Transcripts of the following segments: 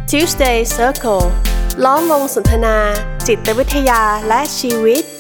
Tuesday Circle ล้อมวงสนทนาจิตวิทยาและชีวิต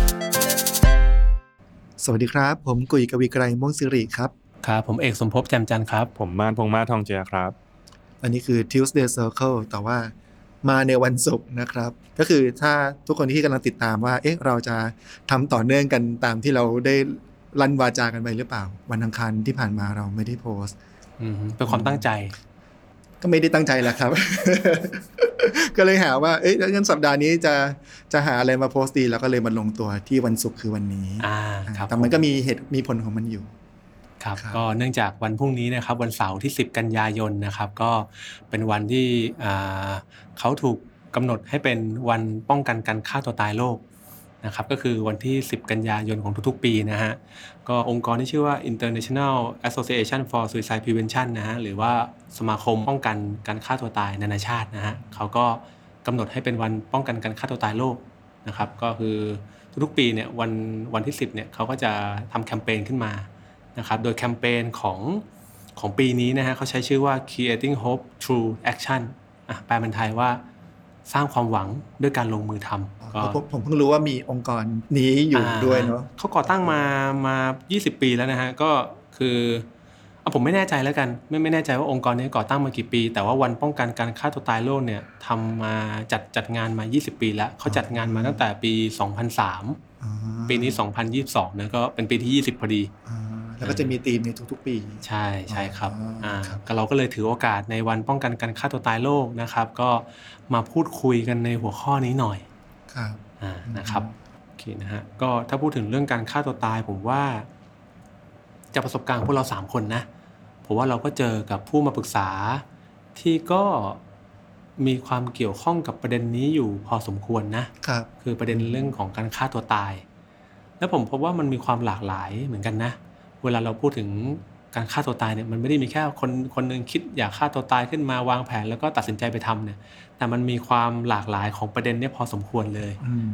สวัสดีครับผมกุยกวีไกรม่วงสิริครับครับผมเอกสมภพแจ่มจันทร์ครับผมม่านพงษ์มาศทองเจือครับอันนี้คือ Tuesday Circle แต่ว่ามาในวันศุกร์นะครับก็คือถ้าทุกคนที่กำลังติดตามว่าเราจะทำต่อเนื่องกันตามที่เราได้ลั่นวาจากันไปหรือเปล่าวันอังคารที่ผ่านมาเราไม่ได้โพสต์เป็นความตั้งใจก็ไม่ได้ตั้งใจแหละครับ ก็เลยหาว่างั้นสัปดาห์นี้จะหาอะไรมาโพสต์ดีแล้วก็เลยมาลงตัวที่วันศุกร์คือวันนี้แต่มันก็มีเหตุมีผลของมันอยู่ครับก็เนื่องจากวันพรุ่งนี้นะครับวันเสาร์ที่10กันยายนนะครับก็เป็นวันที่เขาถูกกำหนดให้เป็นวันป้องกันการฆ่าตัวตายโลกนะครับก็คือวันที่10กันยายนของทุกๆปีนะฮะก็องค์กรที่ชื่อว่า International Association for Suicide Prevention นะฮะหรือว่าสมาคมป้องกันการฆ่าตัวตายนานาชาตินะฮะเขาก็กำหนดให้เป็นวันป้องกันการฆ่าตัวตายโลกนะครับก็คือทุกๆปีเนี่ยวันที่10เนี่ยเขาก็จะทำแคมเปญขึ้นมานะครับโดยแคมเปญของปีนี้นะฮะเขาใช้ชื่อว่า Creating Hope Through Action แปลเป็นไทยว่าสร้างความหวังด้วยการลงมือทำก็ผมเพิ่งรู้ว่ามีองค์กรนี้อยู่ด้วยเนาะเขาก่อตั้งมา20ปีแล้วนะฮะก็คือผมไม่แน่ใจแล้วกันไม่แน่ใจว่าองค์กรนี้ก่อตั้งมากี่ปีแต่ว่าวันป้องกันการฆ่าตัวตายโลกเนี่ยทำมาจัดงานมา20ปีแล้วเขาจัดงานมาตั้งแต่ปี2003ปีนี้2022นะก็เป็นปีที่20พอดีแล้วก็จะมีธีมในทุกๆปีใช่ครับก็เราก็เลยถือโอกาสในวันป้องกันการฆ่าตัวตายโลกนะครับก็มาพูดคุยกันในหัวข้อนี้หน่อยครับนะครับโอเคนะฮะก็ถ้าพูดถึงเรื่องการฆ่าตัวตายผมว่าจากประสบการณ์พวกเรา3คนนะผมว่าเราก็เจอกับผู้มาปรึกษาที่ก็มีความเกี่ยวข้องกับประเด็นนี้อยู่พอสมควรนะครับคือประเด็นเรื่องของการฆ่าตัวตายแล้วผมพบว่ามันมีความหลากหลายเหมือนกันนะเวลาเราพูดถึงการฆ่าตัวตายเนี่ยมันไม่ได้มีแค่คนนึงคิดอยากฆ่าตัวตายขึ้นมาวางแผนแล้วก็ตัดสินใจไปทำเนี่ยแต่มันมีความหลากหลายของประเด็นเนี่ยพอสมควรเลย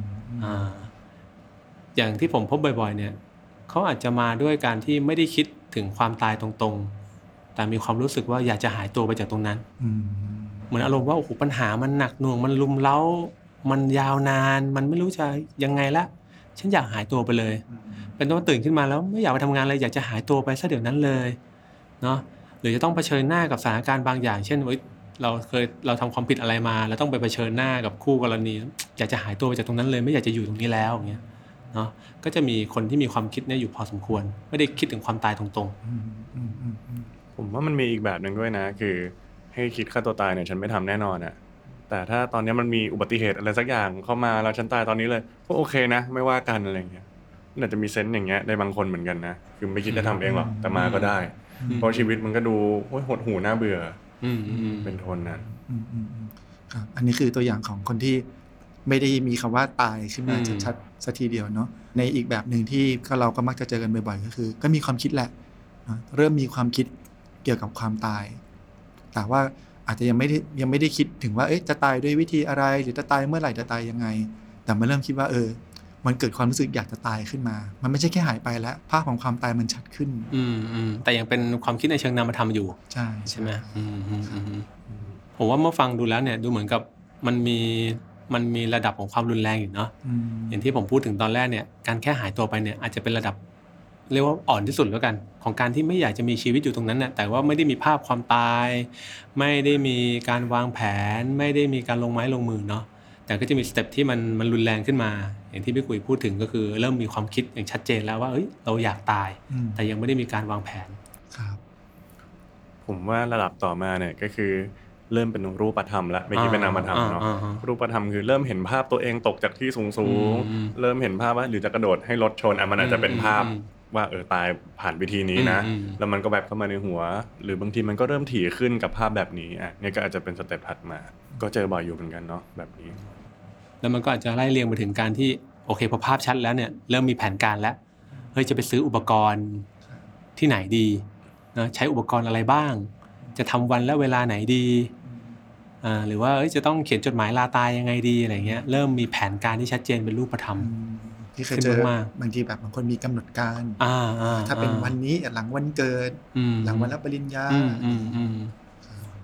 อย่างที่ผมพบบ่อยๆเนี่ยเขาอาจจะมาด้วยการที่ไม่ได้คิดถึงความตายตรงๆแต่มีความรู้สึกว่าอยากจะหายตัวไปจากตรงนั้นเหมือนอารมณ์ว่าโอ้โหปัญหามันหนักหน่วงมันลุมเร้ามันยาวนานมันไม่รู้จะยังไงละฉันอยากหายตัวไปเลยเป็นต้นตื่นขึ้นมาแล้วไม่อยากไปทำงานเลยอยากจะหายตัวไปซะเดี๋ยวนั้นเลยเนาะหรือจะต้องเผชิญหน้ากับสถานการณ์บางอย่างเช่นเราทำความผิดอะไรมาแล้วต้องไปเผชิญหน้ากับคู่กรณีอยากจะหายตัวไปจากตรงนั้นเลยไม่อยากจะอยู่ตรงนี้แล้วอย่างเงี้ยเนาะก็จะมีคนที่มีความคิดเนี่ยอยู่พอสมควรไม่ได้คิดถึงความตายตรงๆผมว่ามันมีอีกแบบนึงด้วยนะคือให้คิดฆ่าตัวตายเนี่ยฉันไม่ทำแน่นอนอะแต่ถ้าตอนนี้มันมีอุบัติเหตุอะไรสักอย่างเข้ามาแล้วฉันตายตอนนี้เลยก็โอเคนะไม่ว่ากันอะไรเงี้ยน่าจะมีเซนส์อย่างเงี้ยในบางคนเหมือนกันนะคือไม่คิดจะทำเองหรอกแต่มาก็ได้เพราะชีวิตมันก็ดูหดหู่น่าเบื่อเป็นโทนนั้นครับอันนี้คือตัวอย่างของคนที่ไม่ได้มีคำว่าตายขึ้นมาชัดๆสักทีเดียวเนาะในอีกแบบนึงที่เราก็มักจะเจอกันบ่อยๆก็คือก็มีความคิดแหละเริ่มมีความคิดเกี่ยวกับความตายแต่ว่าอาจจะยังไม่ได้คิดถึงว่าจะตายด้วยวิธีอะไรหรือจะตายเมื่อไหร่จะตายยังไงแต่มาเริ่มคิดว่ามันเกิดความรู้สึกอยากจะตายขึ้นมามันไม่ใช่แค่หายไปแล้วภาพของความตายมันชัดขึ้นแต่ยังเป็นความคิดในเชิงนามธรรมอยู่ใช่ไหมผมว่าเมื่อฟังดูแล้วเนี่ยดูเหมือนกับมันมีระดับของความรุนแรงอยู่เนาะอย่างที่ผมพูดถึงตอนแรกเนี่ยการแค่หายตัวไปเนี่ยอาจจะเป็นระดับเรียกว่าอ่อนที่สุดแล้วกันของการที่ไม่อยากจะมีชีวิตอยู่ตรงนั้นน่ะแต่ว่าไม่ได้มีภาพความตายไม่ได้มีการวางแผนไม่ได้มีการลงไม้ลงมือเนาะแต่ก็จะมีสเต็ปที่มันรุนแรงขึ้นมาอย่างที่พี่กุยพูดถึงก็คือเริ่มมีความคิดอย่างชัดเจนแล้วว่าเราอยากตายแต่ยังไม่ได้มีการวางแผนครับผมว่าระดับต่อมาเนี่ยก็คือเริ่มเป็นรูปธรรมแล้วไม่ใช่เป็นนามธรรมเนาะรูปธรรมคือเริ่มเห็นภาพตัวเองตกจากที่สูงๆเริ่มเห็นภาพว่าหรือจะกระโดดให้รถชนมันอาจจะเป็นภาพว่าตายผ่านวิธีนี้นะแล้วมันก็แบบเข้ามาในหัวหรือบางทีมันก็เริ่มถี่ขึ้นกับภาพแบบนี้เนี่ยก็อาจจะเป็นสเต็ปถัดมาก็เจอบ่อยอยู่เหมือนกันเนาะแบบนี้แล้วมันก็อาจจะไล่เรียงไปถึงการที่โอเคพอภาพชัดแล้วเนี่ยเริ่มมีแผนการแล้วจะไปซื้ออุปกรณ์ที่ไหนดีนะใช้อุปกรณ์อะไรบ้างจะทำวันและเวลาไหนดีหรือว่าจะต้องเขียนจดหมายลาตายยังไงดีอะไรเงี้ยเริ่มมีแผนการที่ชัดเจนเป็นรูปธรรมที่เคยเจอบางทีแบบบางคนมีกำหนดการถ้าเป็นวันนี้หลังวันเกิดหลังวันรับปริญญา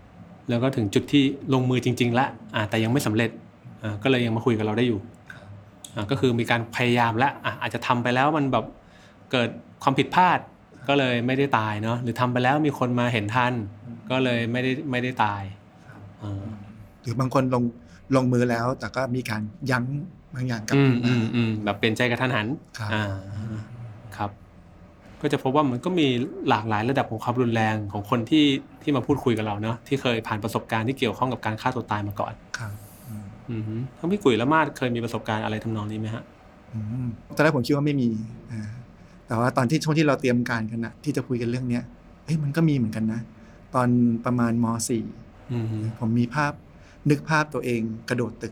แล้วก็ถึงจุดที่ลงมือจริงๆละแต่ยังไม่สำเร็จก็เลยยังมาคุยกับเราได้อยู่ก็คือมีการพยายามและอาจจะทำไปแล้วมันแบบเกิดความผิดพลาดก็เลยไม่ได้ตายเนาะหรือทำไปแล้วมีคนมาเห็นทันก็เลยไม่ได้ตายหรือบางคนลงมือแล้วแต่ก็มีการยั้งบางอย่างกลับมาแบบเปลี่ยนใจกระทันหันครับก็จะพบว่ามันก็มีหลากหลายระดับของความรุนแรงของคนที่มาพูดคุยกับเราเนาะที่เคยผ่านประสบการณ์ที่เกี่ยวข้องกับการฆ่าตัวตายมาก่อนครับทั้งพี่กุ๋ยและมาดเคยมีประสบการณ์อะไรทำนองนี้ไหมฮะตอนแรกผมคิดว่าไม่มีแต่ว่าตอนที่ช่วงที่เราเตรียมการกันนะที่จะคุยกันเรื่องเนี้ยมันก็มีเหมือนกันนะตอนประมาณม.4 ผมมีนึกภาพตัวเองกระโดดตึก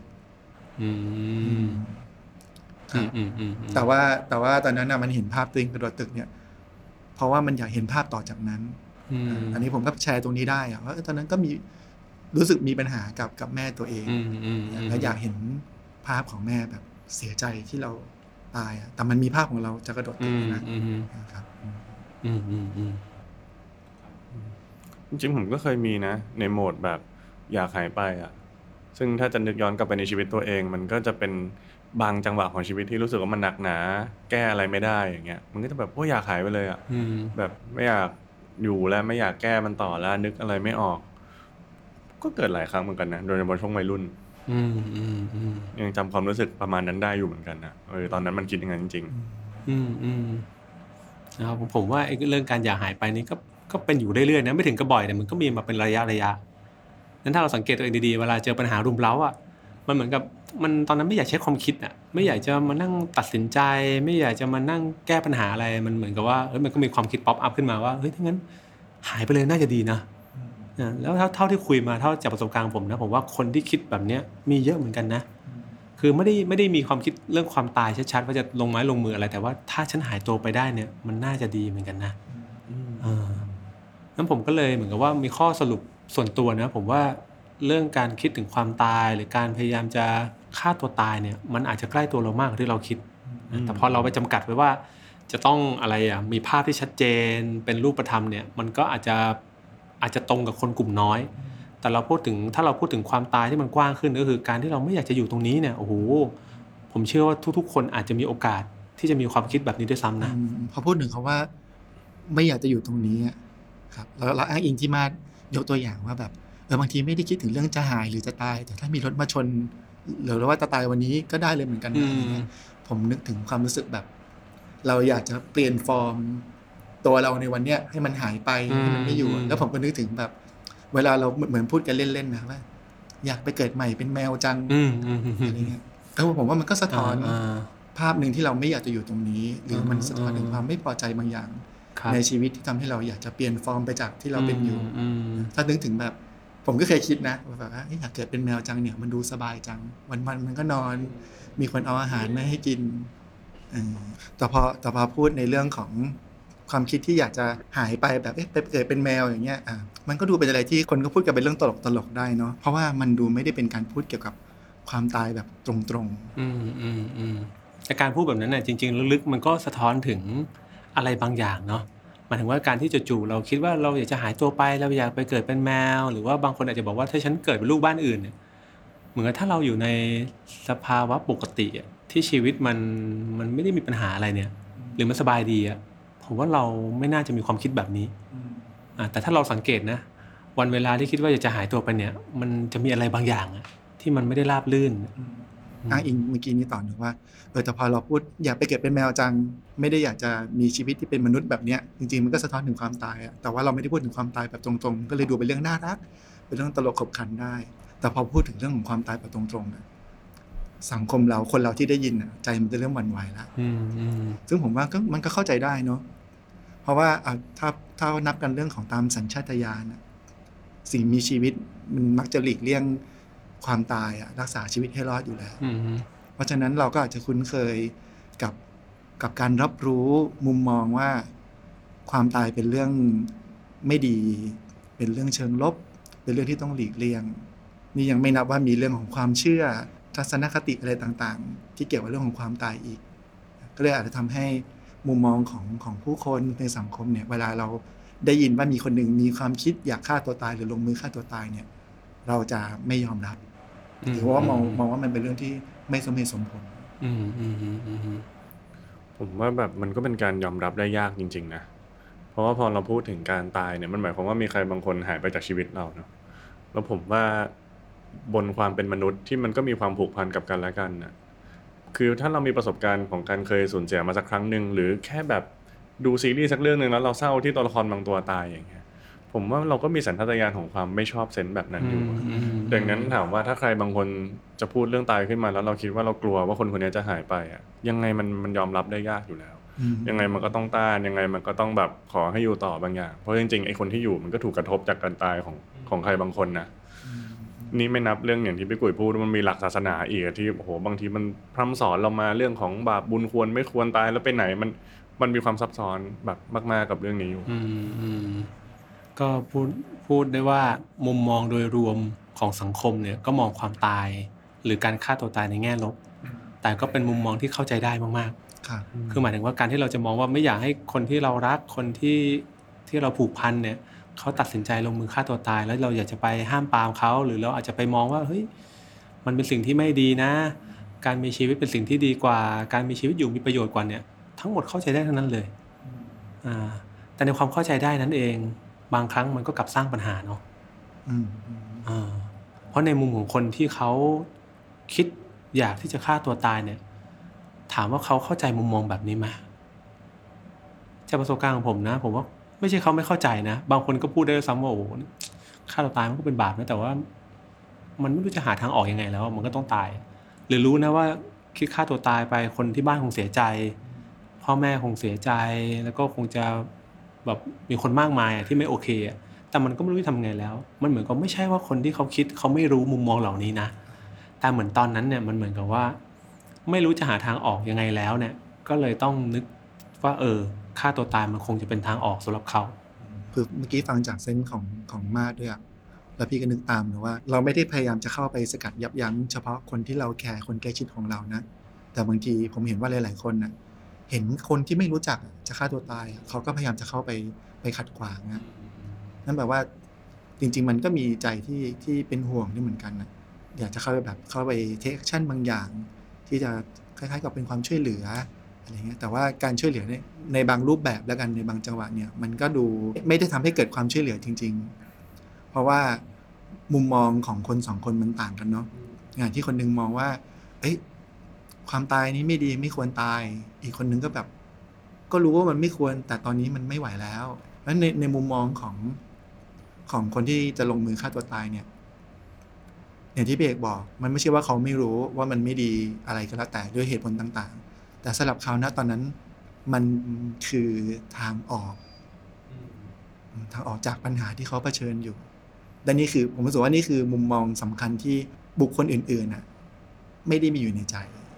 แต่ว่าตอนนั้นมันเห็นภาพตัวเองกระโดดตึกเนี่ยเพราะว่ามันอยากเห็นภาพต่อจากนั้นอันนี้ผมก็แชร์ตรงนี้ได้ว่าตอนนั้นก็มีรู้สึกมีปัญหากับแม่ตัวเองและอยากเห็นภาพของแม่แบบเสียใจที่เราตายแต่มันมีภาพของเราจะกระโดดตึกนะครับจริงๆผมก็เคยมีนะในโหมดแบบอยากหายไปซึ่งถ้าจะนึกย้อนกลับไปในชีวิตตัวเองมันก็จะเป็นบางจังหวะของชีวิตที่รู้สึกว่ามันหนักหนาแก้อะไรไม่ได้อย่างเงี้ยมันก็จะแบบอยากหายไปเลยแบบไม่อยากอยู่แล้วไม่อยากแก้มันต่อแล้วนึกอะไรไม่ออกก็เกิดหลายครั้งเหมือนกันนะโดยเฉพาะช่วงวัยรุ่นยังจำความรู้สึกประมาณนั้นได้อยู่เหมือนกันนะตอนนั้นมันคิดอย่างนั้นจริงๆนะครับผมว่าเรื่องการอยากหายไปนี่ก็เป็นอยู่เรื่อยๆนะไม่ถึงกับบ่อยแต่มันก็มีมาเป็นระยะนั้นถ้าเราสังเกตตัวเองดีๆเวลาเจอปัญหารุมเร้ามันเหมือนกับมันตอนนั้นไม่อยากใช้ความคิดไม่อยากจะมานั่งตัดสินใจไม่อยากจะมานั่งแก้ปัญหาอะไรมันเหมือนกับว่ามันก็มีความคิดป๊อปอัพขึ้นมาว่าถ้างั้นหายไปเลยน่าจะดีนะแล้วเท่าที่คุยมาเท่าจากประสบการณ์ผมนะผมว่าคนที่คิดแบบนี้มีเยอะเหมือนกันนะคือไม่ได้มีความคิดเรื่องความตายชัดๆว่าจะลงไม้ลงมืออะไรแต่ว่าถ้าฉันหายตัวไปได้เนี่ยมันน่าจะดีเหมือนกันนะนั้นผมก็เลยเหมือนกับว่ามีข้อสรุปส่วนตัวนะผมว่าเรื่องการคิดถึงความตายหรือการพยายามจะฆ่าตัวตายเนี่ยมันอาจจะใกล้ตัวเรามากกว่าที่เราคิดแต่พอเราไปจำกัดไว้ว่าจะต้องอะไรมีภาพที่ชัดเจนเป็นรูปธรรมเนี่ยมันก็อาจจะตรงกับคนกลุ่มน้อยแต่ถ้าเราพูดถึงความตายที่มันกว้างขึ้นก็คือการที่เราไม่อยากจะอยู่ตรงนี้เนี่ยโอ้โหผมเชื่อว่าทุกๆคนอาจจะมีโอกาสที่จะมีความคิดแบบนี้ด้วยซ้ำนะพอพูดถึงคำว่าไม่อยากจะอยู่ตรงนี้ครับแล้วอ้างอิงที่มายกตัวอย่างว่าแบบบางทีไม่ได้คิดถึงเรื่องจะหายหรือจะตายแต่ถ้ามีรถมาชนหรือว่าจะตายวันนี้ก็ได้เลยเหมือนกันนะผมนึกถึงความรู้สึกแบบเราอยากจะเปลี่ยนฟอร์มตัวเราในวันเนี้ยให้มันหายไปให้มันไม่อยู่แล้วผมก็นึกถึงแบบเวลาเราเหมือนพูดกันเล่นๆนะว่าอยากไปเกิดใหม่เป็นแมวจังอะไรเงี้ยแล้วผมว่ามันก็สะท้อนภาพหนึ่งที่เราไม่อยากจะอยู่ตรงนี้หรือมันสะท้อนถึงความไม่พอใจบางอย่างในชีวิตที่ทำให้เราอยากจะเปลี่ยนฟอร์มไปจากที่เราเป็นอยู่ถ้านึกถึงแบบผมก็เคยคิดนะแบบว่าอยากเกิดเป็นแมวจังเนี่ยมันดูสบายจังวันมันก็นอนมีคนเอาอาหารมาให้กินแต่พอพูดในเรื่องของความคิดที่อยากจะหายไปแบบไปเกิดเป็นแมวอย่างเงี้ยมันก็ดูเป็นอะไรที่คนก็พูดกันเป็นเรื่องตลกได้เนาะเพราะว่ามันดูไม่ได้เป็นการพูดเกี่ยวกับความตายแบบตรงๆแต่การพูดแบบนั้นเนี่ยจริงๆลึกๆมันก็สะท้อนถึงอะไรบางอย่างเนาะหมายถึงว่าการที่จู่ๆเราคิดว่าเราอยากจะหายตัวไปเราอยากไปเกิดเป็นแมวหรือว่าบางคนอาจจะบอกว่าถ้าฉันเกิดเป็นลูกบ้านอื่นเนี่ยเหมือนกับถ้าเราอยู่ในสภาวะปกติที่ชีวิตมันไม่ได้มีปัญหาอะไรเนี่ยหรือมันสบายดีผมว่าเราไม่น่าจะมีความคิดแบบนี้แต่ถ้าเราสังเกตนะวันเวลาที่คิดว่าจะหายตัวไปเนี่ยมันจะมีอะไรบางอย่างที่มันไม่ได้ราบรื่นอิงเมื่อกี้นี้ต่อหนึ่งว่าแต่พอเราพูดอยากไปเกิดเป็นแมวจังไม่ได้อยากจะมีชีวิตที่เป็นมนุษย์แบบเนี้ยจริงๆมันก็สะท้อนถึงความตายแต่ว่าเราไม่ได้พูดถึงความตายแบบตรงๆก็เลยดูเป็นเรื่องน่ารักเป็นเรื่องตลกขบขันได้แต่พอพูดถึงเรื่องของความตายแบบตรงๆสังคมเราคนเราที่ได้ยินใจมันจะเริ่มหวั่นไหวแล้วซึ่งผมว่ามันก็เข้าใจได้เนาะเพราะว่าถ้านับกันเรื่องของตามสัญชาตญาณสิ่งมีชีวิตมันมักจะหลีกเลี่ยงความตายรักษาชีวิตให้รอดอยู่แล้วเพราะฉะนั้นเราก็อาจจะคุ้นเคยกับการรับรู้มุมมองว่าความตายเป็นเรื่องไม่ดีเป็นเรื่องเชิงลบเป็นเรื่องที่ต้องหลีกเลี่ยงนี่ยังไม่นับว่ามีเรื่องของความเชื่อทัศนคติอะไรต่างๆที่เกี่ยวกับเรื่องของความตายอีกก็เลยอาจจะทำให้มุมมองของผู้คนในสังคมเนี่ยเวลาเราได้ยินว่ามีคนหนึ่งมีความคิดอยากฆ่าตัวตายหรือลงมือฆ่าตัวตายเนี่ยเราจะไม่ยอมรับหรือว่ามองว่ามันเป็นเรื่องที่ไม่สมเหตุสมผลผมว่าแบบมันก็เป็นการยอมรับได้ยากจริงๆนะเพราะว่าพอเราพูดถึงการตายเนี่ยมันหมายความว่ามีใครบางคนหายไปจากชีวิตเราเนาะแล้วผมว่าบนความเป็นมนุษย์ที่มันก็มีความผูกพันกับกันและกันนะคือถ้าเรามีประสบการณ์ของการเคยสูญเสียมาสักครั้งหนึ่งหรือแค่แบบดูซีรีส์สักเรื่องนึงแล้วเราเศร้าที่ตัวละครบางตัวตายอย่างเงี้ยผมว่าเราก็มีสัญชาตญาณของความไม่ชอบเซนส์แบบนั้นอยู่ดังนั้นถามว่าถ้าใครบางคนจะพูดเรื่องตายขึ้นมาแล้วเราคิดว่าเรากลัวว่าคนคนนี้จะหายไปอ่ะยังไงมันยอมรับได้ยากอยู่แล้วยังไงมันก็ต้องต้านยังไงมันก็ต้องแบบขอให้อยู่ต่อบางอย่างเพราะจริงๆไอ้คนที่อยู่มันก็ถูกกระทบจากการตายของใครบางคนนะนี่ไม่นับเรื่องอย่างที่พี่กุ้ยพูดมันมีหลักศาสนาอีกที่โอ้โหบางทีมันพร่ำสอนเรามาเรื่องของบาปบุญควรไม่ควรตายแล้วไปไหนมันมีความซับซ้อนแบบมากๆกับเรื่องนี้อยู่ก็พูดได้ว่ามุมมองโดยรวมของสังคมเนี่ยก็มองความตายหรือการฆ่าตัวตายในแง่ลบแต่ก็เป็นมุมมองที่เข้าใจได้มากๆคือหมายถึงว่าการที่เราจะมองว่าไม่อยากให้คนที่เรารักคนที่เราผูกพันเนี่ยเขาตัดสินใจลงมือฆ่าตัวตายแล้วเราอยากจะไปห้ามปรามเขาหรือเราอาจจะไปมองว่าเฮ้ยมันเป็นสิ่งที่ไม่ดีนะการมีชีวิตเป็นสิ่งที่ดีกว่าการมีชีวิตอยู่มีประโยชน์กว่าเนี่ยทั้งหมดเข้าใจได้ทั้งนั้นเลยแต่ในความเข้าใจได้นั้นเองบางครั้งมันก็กลับสร้างปัญหาเนาะเพราะในมุมของคนที่เขาคิดอยากที่จะฆ่าตัวตายเนี่ยถามว่าเขาเข้าใจมุมมองแบบนี้ไหมจากประสบการณ์ของผมนะผมว่าไม่ใช่เขาไม่เข้าใจนะบางคนก็พูดได้ซ้ำว่าโอ้ฆ่าตัวตายมันก็เป็นบาปนะแต่ว่ามันไม่รู้จะหาทางออกยังไงแล้วมันก็ต้องตายหรือรู้นะว่าคิดฆ่าตัวตายไปคนที่บ้านคงเสียใจพ่อแม่คงเสียใจแล้วก็คงจะแบบมีคนมากมายที่ไม่โอเคแต่มันก็ไม่รู้จะทำไงแล้วมันเหมือนกับไม่ใช่ว่าคนที่เขาคิดเขาไม่รู้มุมมองเหล่านี้นะแต่เหมือนตอนนั้นเนี่ยมันเหมือนกับว่าไม่รู้จะหาทางออกยังไงแล้วเนี่ยก็เลยต้องนึกว่าฆ่าตัวตายมันคงจะเป็นทางออกสำหรับเขาคือเมื่อกี้ฟังจากเซนส์ของมาดด้วยแล้วพี่ก็นึกตามนะว่าเราไม่ได้พยายามจะเข้าไปสกัดยับยั้งเฉพาะคนที่เราแคร์คนใกล้ชิดของเรานะแต่บางทีผมเห็นว่าหลายๆคนน่ะเห็นคนที่ไม่รู้จักจะฆ่าตัวตายเขาก็พยายามจะเข้าไปขัดขวางนะนั่นแปลว่าจริงๆมันก็มีใจที่เป็นห่วงด้วยเหมือนกันนะอยากจะเข้าไปเทคแอคชั่นบางอย่างที่จะคล้ายๆกับเป็นความช่วยเหลืออะไรเงี้ยแต่ว่าการช่วยเหลือในบางรูปแบบแล้วกันในบางจังหวะเนี่ยมันก็ดูไม่ได้ทำให้เกิดความช่วยเหลือจริงๆเพราะว่ามุมมองของคนสองคนมันต่างกันเนาะอย่างที่คนนึงมองว่าความตายนี้ไม่ดีไม่ควรตายอีกคนนึงก็แบบก็รู้ว่ามันไม่ควรแต่ตอนนี้มันไม่ไหวแล้วแล้วในมุมมองของคนที่จะลงมือฆ่าตัวตายเนี่ยอย่างที่พี่เอกบอกมันไม่ใช่ว่าเขาไม่รู้ว่ามันไม่ดีอะไรก็แล้วแต่ด้วยเหตุผลต่างๆแต่สำหรับเขานะตอนนั้นมันคือทางออกจากปัญหาที่เขาเผชิญอยู่และนี่คือผมรู้สึกว่านี่คือมุมมองสำคัญที่บุคคลอื่นๆน่ะไม่ได้มีอยู่ในใจ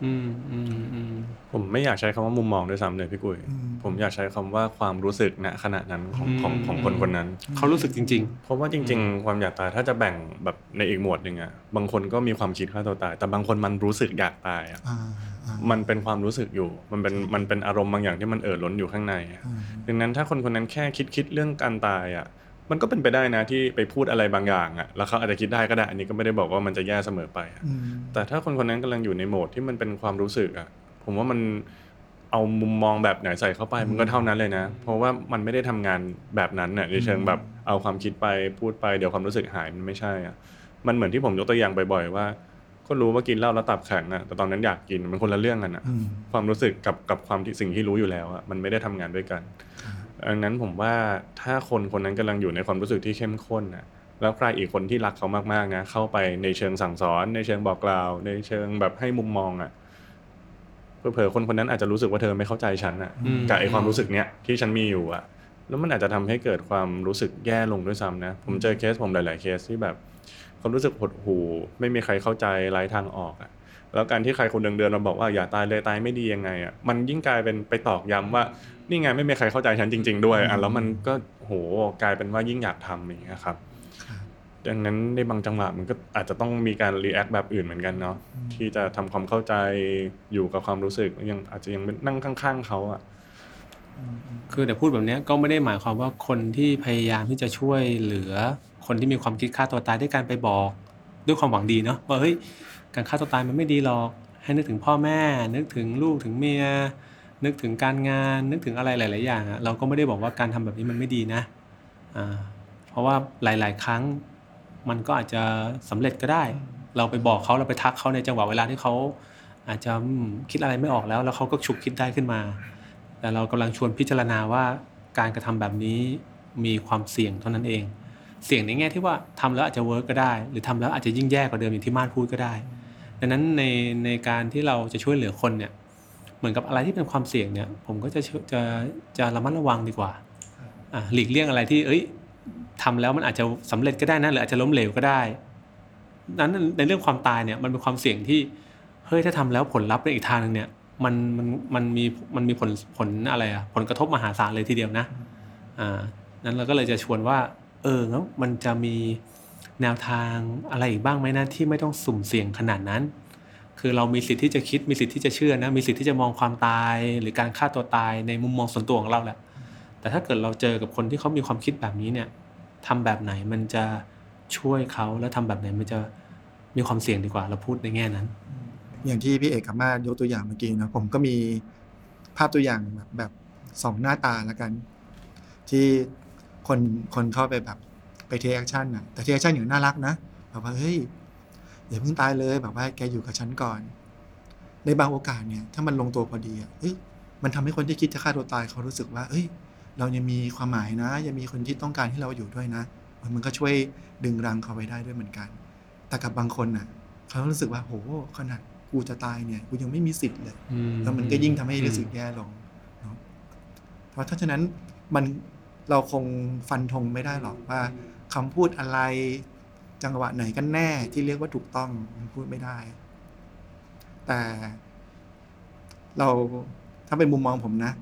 ผมไม่อยากใช้คำว่ามุมมองด้วยซ้ำเลยพี่กุ้ยผมอยากใช้คำว่าความรู้สึกณขณะนั้นของคนนั้นเขารู้สึกจริงๆเพราะว่าจริงๆความอยากตายถ้าจะแบ่งแบบในอีกหมวดนึงบางคนก็มีความคิดฆ่าตัวตายแต่บางคนมันรู้สึกอยากตายมันเป็นความรู้สึกอยู่มันเป็นอารมณ์บางอย่างที่มันล้นอยู่ข้างในดังนั้นถ้าคนนั้นแค่คิดเรื่องการตายมันก็เป็นไปได้นะที่ไปพูดอะไรบางอย่างแล้วเขาอาจจะคิดได้ก็ได้อันนี้ก็ไม่ได้บอกว่ามันจะแย่เสมอไปแต่ถ้าคนนั้นกำลังอยู่ในโหมดที่มันเป็นความรู้สึกผมว่ามันเอามุมมองแบบไหนใส่เข้าไปมันก็เท่านั้นเลยนะเพราะว่ามันไม่ได้ทำงานแบบนั้นในเชิงแบบเอาความคิดไปพูดไปเดี๋ยวความรู้สึกหายมันไม่ใช่มันเหมือนที่ผมยกตัวอย่างบ่อยๆว่าก็รู้ว่ากินเหล้าแล้วตับแข็งแต่ตอนนั้นอยากกินมันคนละเรื่องกันความรู้สึกกับความสิ่งที่รู้อยู่แล้วมันไม่ได้ทำงานด้วยกันดังนั้นผมว่าถ้าคนนั้นกำลังอยู่ในความรู้สึกที่เข้มข้นแล้วใครอีกคนที่รักเขามากๆนะเข้าไปในเชิงสั่งสอนในเชิงบอกกล่าวในเชิงแบบให้มุมมองเผลอๆคนนั้นอาจจะรู้สึกว่าเธอไม่เข้าใจฉันกับไอ้ความรู้สึกเนี้ยที่ฉันมีอยู่แล้วมันอาจจะทำให้เกิดความรู้สึกแย่ลงด้วยซ้ำนะผมเจอเคสผมหลายๆเคสที่แบบเขารู้สึกหดหู่ไม่มีใครเข้าใจไร้ทางออกแล้วการที่ใครคนเดินมาบอกว่าอย่าตายเลยตายไม่ดียังไงมันยิ่งกลายเป็นไปตอกย้ำว่านี่ไงไม่มีใครเข้าใจฉันจริงๆด้วยแล้วมันก็กลายเป็นว่ายิ่งอยากทำอย่างเงี้ยครับดังนั้นในบางจังหวะมันก็อาจจะต้องมีการรีแอคแบบอื่นเหมือนกันเนาะที่จะทำความเข้าใจอยู่กับความรู้สึกยังอาจจะยังนั่งข้างๆเขาคือแต่พูดแบบนี้ก็ไม่ได้หมายความว่าคนที่พยายามที่จะช่วยเหลือคนที่มีความคิดฆ่าตัวตายด้วยการไปบอกด้วยความหวังดีเนาะว่าเฮ้ยการฆ่าตัวตายมันไม่ดีหรอกให้นึกถึงพ่อแม่นึกถึงลูกถึงเมียนึกถึงการงานนึกถึงอะไรหลายๆอย่างเราก็ไม่ได้บอกว่าการทำแบบนี้มันไม่ดีนะเพราะว่าหลายๆครั้งมันก็อาจจะสำเร็จก็ได้เราไปบอกเขาเราไปทักเขาในจังหวะเวลาที่เขาอาจจะคิดอะไรไม่ออกแล้วเขาก็ฉุกคิดได้ขึ้นมาแต่เรากำลังชวนพิจารณาว่าการกระทำแบบนี้มีความเสี่ยงเท่านั้นเองเสี่ยงในแง่ที่ว่าทำแล้วอาจจะเวิร์กก็ได้หรือทำแล้วอาจจะยิ่งแย่กว่าเดิมอย่างที่มาดพูดก็ได้ดังนั้นในการที่เราจะช่วยเหลือคนเนี่ยเหมือนกับอะไรที่เป็นความเสี่ยงเนี่ยผมก็จะระมัดระวังดีกว่าหลีกเลี่ยงอะไรที่ทำแล้วมันอาจจะสำเร็จก็ได้นะหรืออาจจะล้มเหลวก็ได้นั้นในเรื่องความตายเนี่ยมันเป็นความเสี่ยงที่เฮ้ยถ้าทำแล้วผลลัพธ์ในอีกทางนึงเนี่ยมันมีผลอะไรผลกระทบมหาศาลเลยทีเดียวนะนั้นเราก็เลยจะชวนว่าแล้วมันจะมีแนวทางอะไรอีกบ้างไหมนะที่ไม่ต้องสุ่มเสี่ยงขนาดนั้นคือเรามีสิทธิ์ที่จะคิดมีสิทธิ์ที่จะเชื่อนะมีสิทธิ์ที่จะมองความตายหรือการฆ่าตัวตายในมุมมองส่วนตัวของเราแหละแต่ถ้าเกิดเราเจอกับคนที่เขามีความคิดแบบนี้เนี่ยทำแบบไหนมันจะช่วยเขาแล้วทำแบบไหนมันจะมีความเสี่ยงดีกว่าเราพูดในแง่นั้นอย่างที่พี่เอกกับมายกตัวอย่างเมื่อกี้นะผมก็มีภาพตัวอย่างแบบสองหน้าตาละกันที่คนเข้าไปแบบไปเทคแอคชั่นน่ะแต่เทคแอคชั่นอย่างน่ารักนะแบบว่าเฮ้ยอย่าเพิ่งตายเลยแบบว่าแกอยู่กับฉันก่อนในบางโอกาสเนี่ยถ้ามันลงตัวพอดีมันทำให้คนที่คิดจะฆ่าตัวตายเขารู้สึกว่าเรายังมีความหมายนะยังมีคนที่ต้องการให้เราอยู่ด้วยนะมันก็ช่วยดึงรั้งเขาไว้ได้ด้วยเหมือนกันแต่กับบางคนน่ะเขารู้สึกว่าโหขนาดกูจะตายเนี่ยกูยังไม่มีสิทธิ์เลยแล้วมันก็ยิ่งทำให้รู้สึกแย่ลงเนาะเพราะฉะนั้นเราคงฟันธงไม่ได้หรอกว่าคำพูดอะไรจังหวะไหนกันแน่ที่เรียกว่าถูกต้องมันพูดไม่ได้แต่เราถ้าเป็นมุมมองผมนะ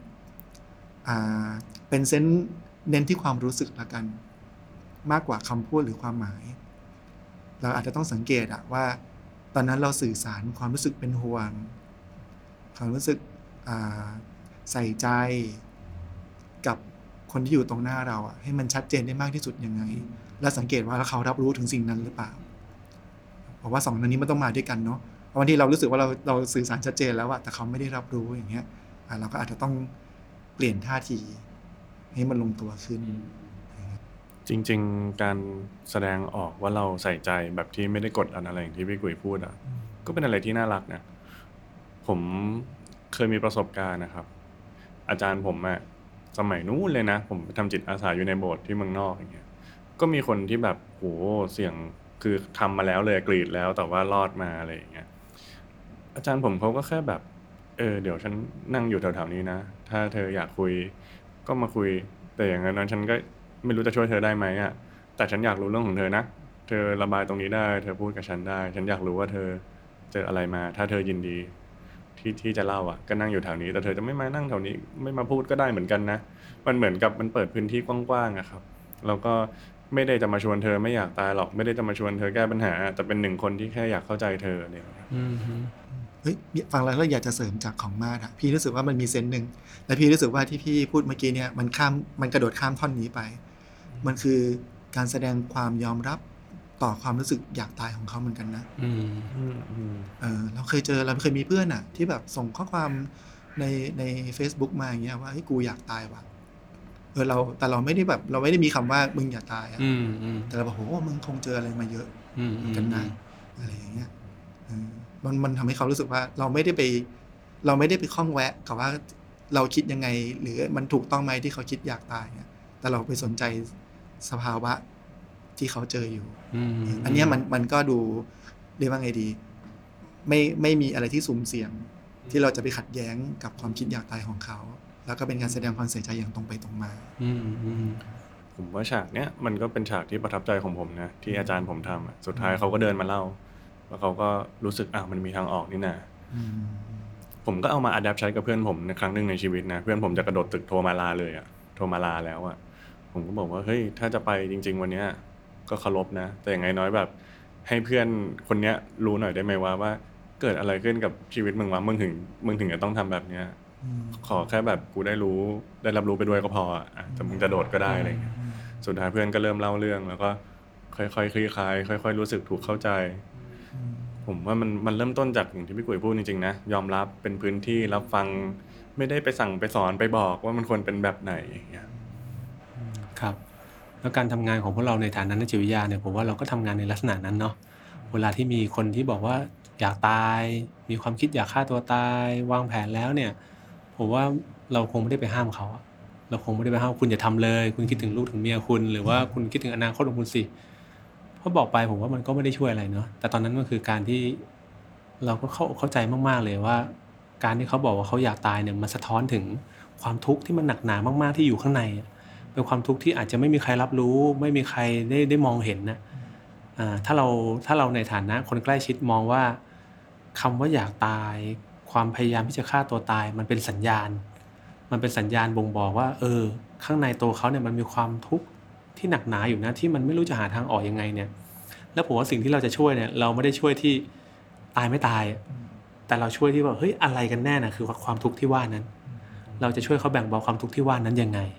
เป็นเซนส์เน้นที่ความรู้สึกละกันมากกว่าคำพูดหรือความหมายเราอาจจะต้องสังเกตว่าตอนนั้นเราสื่อสารความรู้สึกเป็นห่วงความรู้สึกใส่ใจกับคนที่อยู่ตรงหน้าเราให้มันชัดเจนได้มากที่สุดยังไงและสังเกตว่าเขารับรู้ถึงสิ่งนั้นหรือเปล่าเพราะว่าสองนั้นนี้มันต้องมาด้วยกันเนาะบางทีเรารู้สึกว่าเราสื่อสารชัดเจนแล้วแต่เขาไม่ได้รับรู้อย่างเงี้ยเราก็อาจจะต้องเปลี่ยนท่าทีให้มันลงตัวขึ้นจริงๆการแสดงออกว่าเราใส่ใจแบบที่ไม่ได้กดดันอะไรอย่างที่พี่กุยพูดก็เป็นอะไรที่น่ารักนะผมเคยมีประสบการณ์นะครับอาจารย์ผมสมัยนู้นเลยนะผมทำจิตอาสาอยู่ในโบสถ์ที่เมืองนอกอย่างเงี้ยก็มีคนที่แบบโหเสี่ยงคือทำมาแล้วเลยกรีดแล้วแต่ว่ารอดมาอะไรอย่างเงี้ยอาจารย์ผมเขาก็แค่แบบเดี๋ยวฉันนั่งอยู่แถวๆนี้นะถ้าเธออยากคุยก็มาคุยแต่อย่างนั้นฉันก็ไม่รู้จะช่วยเธอได้ไหมแต่ฉันอยากรู้เรื่องของเธอนะเธอระบายตรงนี้ได้เธอพูดกับฉันได้ฉันอยากรู้ว่าเธอเจออะไรมาถ้าเธอยินดีที่จะเล่าก็นั่งอยู่แถวนี้แต่เธอจะไม่มานั่งแถวนี้ไม่มาพูดก็ได้เหมือนกันนะมันเหมือนกับมันเปิดพื้นที่กว้างๆครับแล้วก็ไม่ได้จะมาชวนเธอไม่อยากตายหรอกไม่ได้จะมาชวนเธอแก้ปัญหาแต่เป็นหนึ่งคนที่แค่อยากเข้าใจเธอเนี่ยฟังแล้วอยากจะเสริมจากของมาดพี่รู้สึกว่ามันมีเซนส์นึงและพี่รู้สึกว่าที่พี่พูดเมื่อกี้เนี่ยมันกระโดดข้ามท่อนนี้ไปมันคือการแสดงความยอมรับต่อความรู้สึกอยากตายของเขาเหมือนกันนะเราเคยมีเพื่อนที่แบบส่งข้อความใน Facebook มาอย่างเงี้ยว่ากูอยากตายว่ะแต่เราไม่ได้แบบเราไม่ได้มีคำว่ามึงอย่าตายแต่เราบอกโหมึงคงเจออะไรมาเยอะเหมือนกันนะอะไรอย่างเงี้ยมันทำให้เขารู้สึกว่าเราไม่ได้ไปข้องแวะกับว่าเราคิดยังไงหรือมันถูกต้องไหมที่เขาคิดอยากตายเนี่ยแต่เราไปสนใจสภาวะที่เขาเจออยู่อันนี้มันก็ดูเรียกว่าไงดีไม่มีอะไรที่สุ่มเสี่ยงที่เราจะไปขัดแย้งกับความคิดอยากตายของเขาแล้วก็เป็นการแสดงความเสียใจอย่างตรงไปตรงมาผมว่าฉากเนี้ยมันก็เป็นฉากที่ประทับใจของผมนะที่อาจารย์ผมทำสุดท้ายเขาก็เดินมาเล่าแล้วเขาก็รู้สึกมันมีทางออกนี่นะผมก็เอามาอัดแอปใช้กับเพื่อนผมในครั้งหนึ่งในชีวิตนะเพื่อนผมจะกระโดดตึกโทรมาลาเลยโทรมาลาแล้วผมก็บอกว่าเฮ้ยถ้าจะไปจริงๆวันเนี้ยก็เคารพนะแต่อย่างน้อยแบบให้เพื่อนคนเนี้ยรู้หน่อยได้ไหมว่าเกิดอะไรขึ้นกับชีวิตมึงวะมึงถึงจะต้องทำแบบเนี้ยขอแค่แบบกูได้รับรู้ไปด้วยก็พอแต่มึงจะโดดก็ได้อะไรอย่างเงี้ยสุดท้ายเพื่อนก็เริ่มเล่าเรื่องแล้วก็ค่อยๆคลี่คลายค่อยๆรู้สึกถูกเข้าใจผมว่ามันเริ่มต้นจากอย่างที่พี่กุ้ยพูดจริงๆนะยอมรับเป็นพื้นที่รับฟังไม่ได้ไปสั่งไปสอนไปบอกว่ามันควรเป็นแบบไหนอย่างเงี้ยครับแล้วการทำงานของพวกเราในฐานะนักจิตวิทยาเนี่ยผมว่าเราก็ทำงานในลักษณะนั้นเนาะเวลาที่มีคนที่บอกว่าอยากตายมีความคิดอยากฆ่าตัวตายวางแผนแล้วเนี่ยผมว่าเราคงไม่ได้ไปห้ามเขาเราคงไม่ได้ไปห้ามคุณอย่าทำเลยคุณคิดถึงลูกถึงเมียคุณหรือว่าคุณคิดถึงอนาคตของคุณสิเพราะบอกไปผมว่ามันก็ไม่ได้ช่วยอะไรเนาะแต่ตอนนั้นก็คือการที่เราก็เข้าใจมากๆเลยว่าการที่เขาบอกว่าเขาอยากตายเนี่ยมันสะท้อนถึงความทุกข์ที่มันหนักหนามากๆที่อยู่ข้างในเป็นความทุกข์ที่อาจจะไม่มีใครรับรู้ไม่มีใครได้มองเห็นนะถ้าเราในฐานะคนใกล้ชิดมองว่าคำว่าอยากตายความพยายามที่จะฆ่าตัวตายมันเป็นสัญญาณบ่งบอกว่าข้างในตัวเขาเนี่ยมันมีความทุกข์ที่หนักหนาอยู่นะที่มันไม่รู้จะหาทางออกยังไงเนี่ยแล้วผมว่าสิ่งที่เราจะช่วยเนี่ยเราไม่ได้ช่วยที่ตายไม่ตายแต่เราช่วยที่ว่าเฮ้ยอะไรกันแน่นะคือความทุกข์ที่ว่านั้นเราจะช่วยเขาแบ่งเบาความทุกข์ที่ว่านั้นยังไง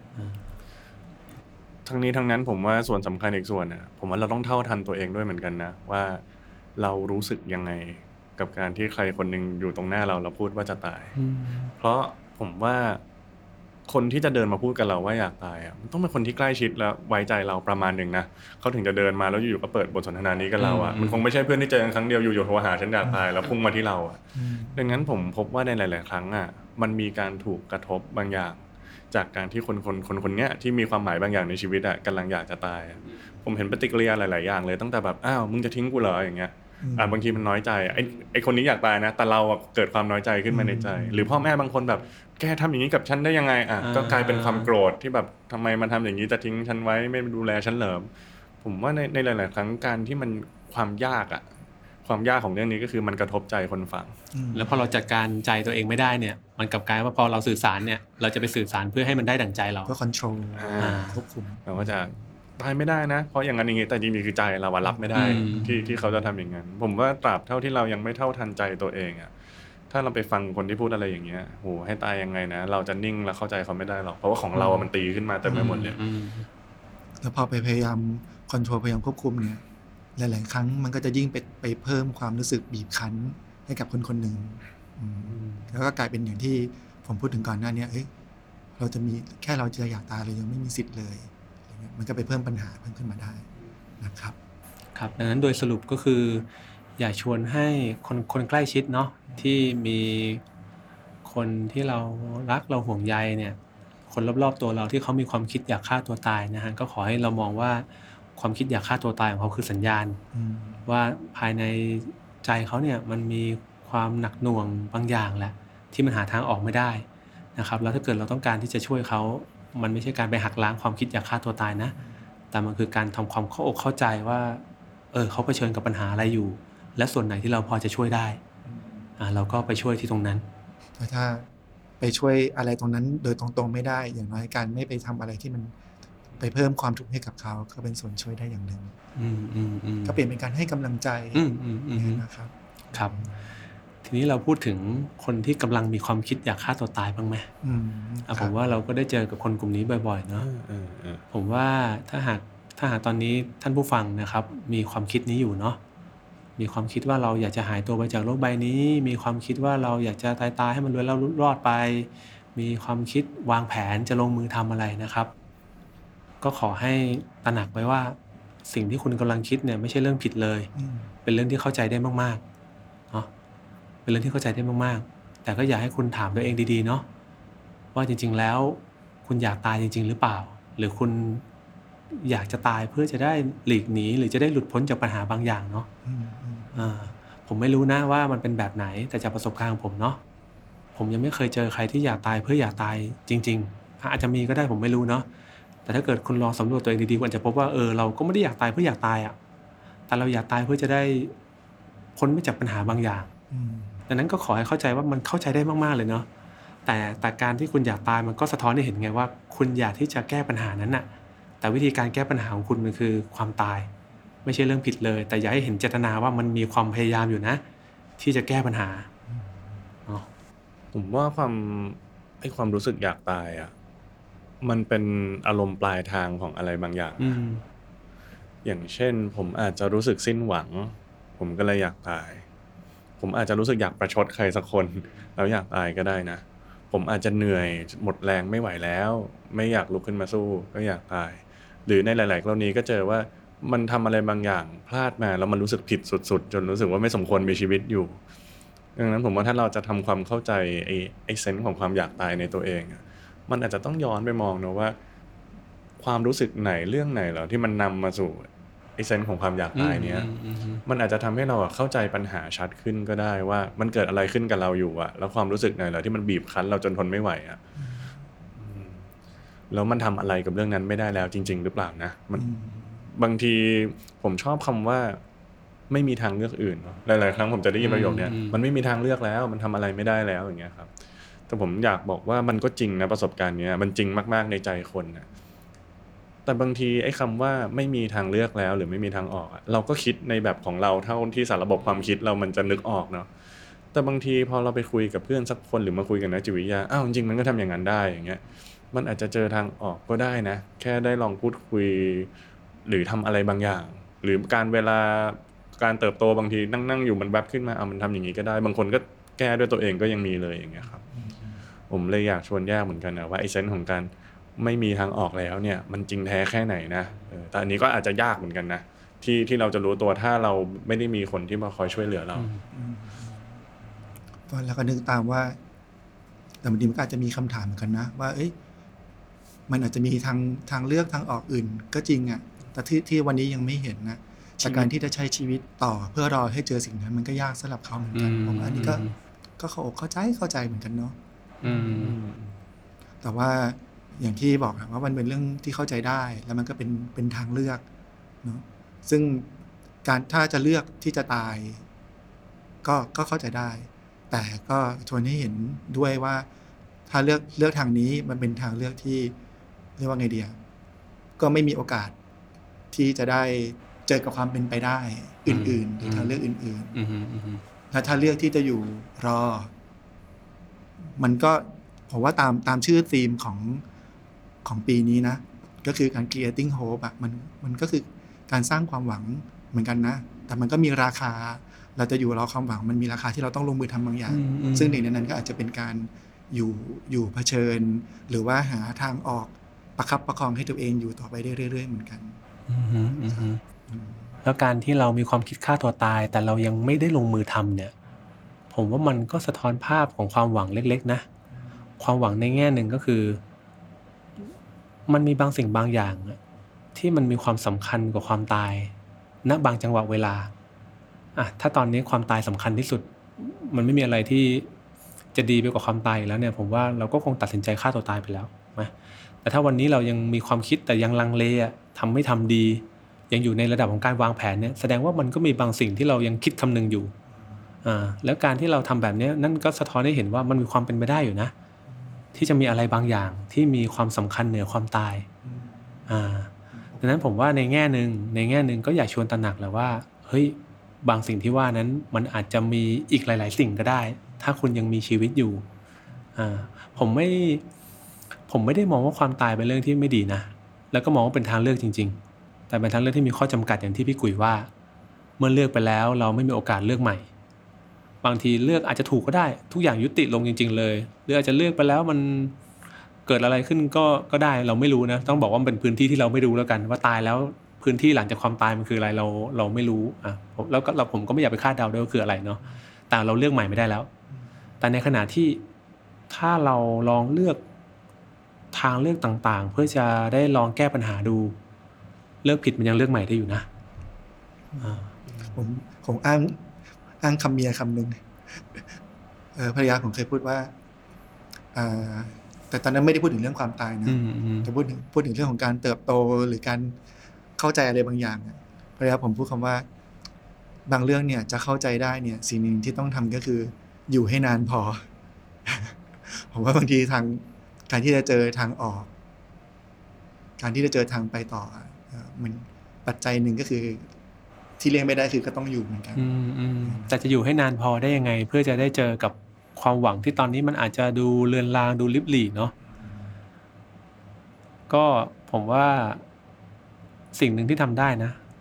ทั้งนี้ทั้งนั้นผมว่าส่วนสำคัญอีกส่วนน่ะผมว่าเราต้องเท่าทันตัวเองด้วยเหมือนกันนะว่าเรารู้สึกยังไงกับการที่ใครคนหนึ่งอยู่ตรงหน้าเราพูดว่าจะตายเพราะผมว่าคนที่จะเดินมาพูดกับเราว่าอยากตายอ่ะมันต้องเป็นคนที่ใกล้ชิดและไว้ใจเราประมาณนึงนะเขาถึงจะเดินมาแล้วอยู่ๆก็เปิดบทสนทนานี้กับเราอ่ะมันคงไม่ใช่เพื่อนที่เจอกันครั้งเดียวอยู่ๆโทรหาฉันอยากตายแล้วพุ่งมาที่เราอ่ะดังนั้นผมพบว่าในหลายๆครั้งอ่ะมันมีการถูกกระทบบางอย่างจากการที่คนเนี้ยที่มีความหมายบางอย่างในชีวิตอ่ะกำลังอยากจะตายผมเห็นปฏิกิริยาหลายๆอย่างเลยตั้งแต่แบบอ้าวมึงจะทิ้งกูเหรออย่างเงี้ยบางทีมันน้อยใจไอ้คนนี้อยากตายนะแต่เราเกิดความน้อยใจขึ้นมาในใจหรือพ่อแม่บางคนแบบแกทำอย่างนี้กับฉันได้ยังไงก็กลายเป็นความโกรธที่แบบทำไมมาทำอย่างนี้จะทิ้งฉันไว้ไม่ดูแลฉันเหรอผมว่าในหลายๆครั้งการที่มันความยากของเรื่องนี้ก็คือมันกระทบใจคนฟังแล้วพอเราจัดการใจตัวเองไม่ได้เนี่ยมันกลับกลายว่าพอเราสื่อสารเนี่ยเราจะไปสื่อสารเพื่อให้มันได้ดั่งใจเราเพื่อคอนโทรลควบคุมเราก็จะตายไม่ได้นะเพราะอย่างนั้นอย่างนี้แต่จริงๆคือใจเรารับไม่ได้ที่เขาจะทำอย่างนั้นผมว่าตราบเท่าที่เรายังไม่เท่าทันใจตัวเองอ่ะถ้าเราไปฟังคนที่พูดอะไรอย่างเงี้ยโหให้ตายยังไงนะเราจะนิ่งแล้วเข้าใจเขาไม่ได้หรอกเพราะว่าของเรามันตีขึ้นมาเต็มไปหมดเลยแล้วพอไปพยายามคอนโทรลพยายามควบคุมเนี่ยหลายๆครั้งมันก็จะยิ่งไปเพิ่มความรู้สึกบีบคั้นให้กับคนคนหนึ่งแล้วก็กลายเป็นอย่างที่ผมพูดถึงก่อนหน้านี้เราจะมีแค่เราจะอยากตายเรายังไม่มีสิทธิ์เลยมันก็ไปเพิ่มปัญหาเพิ่มขึ้นมาได้นะครับครับดังนั้นโดยสรุปก็คืออยากชวนให้คนใกล้ชิดเนาะที่มีคนที่เรารักเราห่วงใยเนี่ยคนรอบๆตัวเราที่เขามีความคิดอยากฆ่าตัวตายนะฮะก็ขอให้เรามองว่าความคิดอยากฆ่าตัวตายของเขาคือสัญญาณว่าภายในใจเขาเนี่ยมันมีความหนักหน่วงบางอย่างแหละที่มันหาทางออกไม่ได้นะครับแล้วถ้าเกิดเราต้องการที่จะช่วยเขามันไม่ใช่การไปหักล้างความคิดอยากฆ่าตัวตายนะแต่มันคือการทำความเข้าอกเข้าใจว่าเขาเผชิญกับปัญหาอะไรอยู่และส่วนไหนที่เราพอจะช่วยได้เราก็ไปช่วยที่ตรงนั้นถ้าไปช่วยอะไรตรงนั้นโดยตรงๆไม่ได้อย่างน้อยการไม่ไปทำอะไรที่มันไปเพิ่มความทุกข์ให้กับเขาก็เป็นส่วนช่วยได้อย่างหนึ่งก็เปลี่ยนเป็นการให้กำลังใจนะครับครับทีนี้เราพูดถึงคนที่กำลังมีความคิดอยากฆ่าตัวตายบ้างไหมผมว่าเราก็ได้เจอกับคนกลุ่มนี้บ่อยๆเนาะผมว่าถ้าหากตอนนี้ท่านผู้ฟังนะครับมีความคิดนี้อยู่เนาะมีความคิดว่าเราอยากจะหายตัวไปจากโลกใบนี้มีความคิดว่าเราอยากจะตายให้มันรวยแล้วรอดไปมีความคิดวางแผนจะลงมือทำอะไรนะครับก็ขอให้ตระหนักไว้ว่าสิ่งที่คุณกำลังคิดเนี่ยไม่ใช่เรื่องผิดเลยเป็นเรื่องที่เข้าใจได้มากๆเนาะเป็นเรื่องที่เข้าใจได้มากๆแต่ก็อยากให้คุณถามตัวเองดีๆเนาะว่าจริงๆแล้วคุณอยากตายจริงๆหรือเปล่าหรือคุณอยากจะตายเพื่อจะได้หลีกหนีหรือจะได้หลุดพ้นจากปัญหาบางอย่างเนาะผมไม่รู้นะว่ามันเป็นแบบไหนแต่จากประสบการณ์ของผมเนาะผมยังไม่เคยเจอใครที่อยากตายเพื่ออยากตายจริงๆอาจจะมีก็ได้ผมไม่รู้เนาะแต่ถ้าเกิดคุณลองสำรวจตัวเองดีๆคุณจะพบว่าเราก็ไม่ได้อยากตายเพื่ออยากตายอ่ะแต่เราอยากตายเพื่อจะได้พ้นไปจากปัญหาบางอย่างดังนั้นก็ขอให้เข้าใจว่ามันเข้าใจได้มากๆเลยเนาะแต่การที่คุณอยากตายมันก็สะท้อนให้เห็นไงว่าคุณอยากที่จะแก้ปัญหานั้นน่ะแต่วิธีการแก้ปัญหาของคุณมันคือความตายไม่ใช่เรื่องผิดเลยแต่อย่าให้เห็นเจตนาว่ามันมีความพยายามอยู่นะที่จะแก้ปัญหาผมว่าความรู้สึกอยากตายอ่ะมันเป็นอารมณ์ปลายทางของอะไรบางอย่างอย่างเช่นผมอาจจะรู้สึกสิ้นหวังผมก็เลยอยากตายผมอาจจะรู้สึกอยากประชดใครสักคนแล้วอยากตายก็ได้นะผมอาจจะเหนื่อยหมดแรงไม่ไหวแล้วไม่อยากลุกขึ้นมาสู้ก็อยากตายหรือในหลายๆกรณีก็เจอว่ามันทำอะไรบางอย่างพลาดมาแล้วมันรู้สึกผิดสุดๆจนรู้สึกว่าไม่สมควรมีชีวิตอยู่ดังนั้นผมว่าถ้าเราจะทำความเข้าใจไอ้เซนส์ของความอยากตายในตัวเองมันอาจจะต้องย้อนไปมองนะว่าความรู้สึกไหนเรื่องไหนเหรอที่มันนำมาสู่ไอ้เซนส์ของความอยากตายเนี้ยมันอาจจะทำให้เราเข้าใจปัญหาชัดขึ้นก็ได้ว่ามันเกิดอะไรขึ้นกับเราอยู่แล้วความรู้สึกไหนเหรอที่มันบีบคั้นเราจนทนไม่ไหวแล้วมันทำอะไรกับเรื่องนั้นไม่ได้แล้วจริงๆหรือเปล่านะมันบางทีผมชอบคำว่าไม่มีทางเลือกอื่นหลายๆครั้งผมจะได้ยินประโยคนี้มันไม่มีทางเลือกแล้วมันทำอะไรไม่ได้แล้วอย่างเงี้ยครับแต่ผมอยากบอกว่ามันก็จริงนะประสบการณ์เนี้ยมันจริงมากๆในใจคนนะแต่บางทีไอ้คำว่าไม่มีทางเลือกแล้วหรือไม่มีทางออกเราก็คิดในแบบของเราเท่าที่สารระบบความคิดเรามันจะนึกออกเนาะแต่บางทีพอเราไปคุยกับเพื่อนสักคนหรือมาคุยกับนักจิตวิทยาอ้าวจริงๆมันก็ทำอย่างนั้นได้อย่างเงี้ยมันอาจจะเจอทางออกก็ได้นะแค่ได้ลองพูดคุยหรือทำอะไรบางอย่างหรือการเติบโตบางทีนั่งอยู่มันแวบขึ้นมามันทำอย่างนี้ก็ได้บางคนก็แก้ด้วยตัวเองก็ยังมีเลยอย่างเงี้ยครับผมเลยอยากชวนแยกเหมือนกันนะว่าไอ้เซนส์ของการไม่มีทางออกแล้วเนี่ยมันจริงแท้แค่ไหนนะแต่อันนี้ก็อาจจะยากเหมือนกันนะที่เราจะรู้ตัวถ้าเราไม่ได้มีคนที่มาคอยช่วยเหลือเราแล้วก็นึกตามว่าแต่บางทีมันก็อาจจะมีคำถามเหมือนกันนะว่ามันอาจจะมีทางเลือกทางออกอื่นก็จริงแต่ที่วันนี้ยังไม่เห็นนะแต่การที่จะใช้ชีวิตต่อเพื่อรอให้เจอสิ่งนั้นมันก็ยากสำหรับเขาเหมือนกันผมอันนี้ก็เข้าใจเหมือนกันเนาะแต่ว่าอย่างที่บอกว่ามันเป็นเรื่องที่เข้าใจได้แล้วมันก็เป็นทางเลือกเนาะซึ่งการถ้าจะเลือกที่จะตายก็เข้าใจได้แต่ก็ชวนให้เห็นด้วยว่าถ้าเลือกทางนี้มันเป็นทางเลือกที่เรียกว่าไงเดียก็ไม่มีโอกาสที่จะได้เจอกับความเป็นไปได้อื่นๆหรือทางเลือกอื่นๆแล้วถ้าเลือกที่จะอยู่รอมันก็ผมว่าตามชื่อธีมของปีนี้นะก็คือการ creating hope มันก็คือการสร้างความหวังเหมือนกันนะแต่มันก็มีราคาเราจะอยู่รอความหวังมันมีราคาที่เราต้องลงมือทำบางอย่างซึ่งหนึ่งในนั้นก็อาจจะเป็นการอยู่เผชิญหรือว่าหาทางออกประคับประคองให้ตัวเองอยู่ต่อไปได้เรื่อยๆเหมือนกันแล้วการที่เรามีความคิดฆ่าตัวตายแต่เรายังไม่ได้ลงมือทำเนี่ยผมว่ามันก็สะท้อนภาพของความหวังเล็กๆนะความหวังในแง่หนึ่งก็คือมันมีบางสิ่งบางอย่างที่มันมีความสำคัญกว่าความตายณบางจังหวะเวลาถ้าตอนนี้ความตายสำคัญที่สุดมันไม่มีอะไรที่จะดีไปกว่าความตายแล้วเนี่ยผมว่าเราก็คงตัดสินใจฆ่าตัวตายไปแล้วนะแต่ถ้าวันนี้เรายังมีความคิดแต่ยังลังเลทำไม่ทำดียังอยู่ในระดับของการวางแผนเนี่ยแสดงว่ามันก็มีบางสิ่งที่เรายังคิดคำนึงอยู่แล้วการที่เราทำแบบนี้นั่นก็สะท้อนให้เห็นว่ามันมีความเป็นไปได้อยู่นะที่จะมีอะไรบางอย่างที่มีความสำคัญเหนือความตายดังนั้นผมว่าในแง่หนึ่งก็อยากชวนตระหนักแหละว่าเฮ้ยบางสิ่งที่ว่านั้นมันอาจจะมีอีกหลายๆสิ่งก็ได้ถ้าคุณยังมีชีวิตอยู่ผมไม่ได้มองว่าความตายเป็นเรื่องที่ไม่ดีนะแล้วก็มองว่าเป็นทางเลือกจริงๆแต่เป็นทางเลือกที่มีข้อจำกัดอย่างที่พี่กุยว่าเมื่อเลือกไปแล้วเราไม่มีโอกาสเลือกใหม่บางทีเลือกอาจจะถูกก็ได้ทุกอย่างยุติลงจริงๆเลยหรืออาจจะเลือกไปแล้วมันเกิดอะไรขึ้นก็ได้เราไม่รู้นะต้องบอกว่ามันเป็นพื้นที่ที่เราไม่รู้แล้วกันว่าตายแล้วพื้นที่หลังจากความตายมันคืออะไรเราไม่รู้แล้วก็ผมก็ไม่อยากไปคาดเดาด้วยว่าคืออะไรเนาะแต่เราเลือกใหม่ไม่ได้แล้วแต่ในขณะที่ถ้าเราลองเลือกทางเลือกต่างๆเพื่อจะได้ลองแก้ปัญหาดูเลือกผิดมันยังเลือกใหม่ได้อยู่นะผมอ้างคำเมียคำหนึ่งภรรยาผมเคยพูดว่าแต่ตอนนั้นไม่ได้พูดถึงเรื่องความตายนะแต่พูดถึงเรื่องของการเติบโตหรือการเข้าใจอะไรบางอย่างภรรยาผมพูดคำว่าบางเรื่องเนี่ยจะเข้าใจได้เนี่ยสิ่งหนึ่งที่ต้องทำก็คืออยู่ให้นานพอ ผมว่าบางทีการที่จะเจอทางออกการที่จะเจอทางไปต่อมันปัจจัยหนึ่งก็คือที่เลี่ยงไม่ได้คือก็ต้องอยู่เหมือนกันแต่จะอยู่ให้นานพอได้ยังไงเพื่อจะได้เจอกับความหวังที่ตอนนี้มันอาจจะดูเลือนลางดูลิบหลี่เนาะก็ผมว่าสิ่งหนึ่งที่ทำได้นะ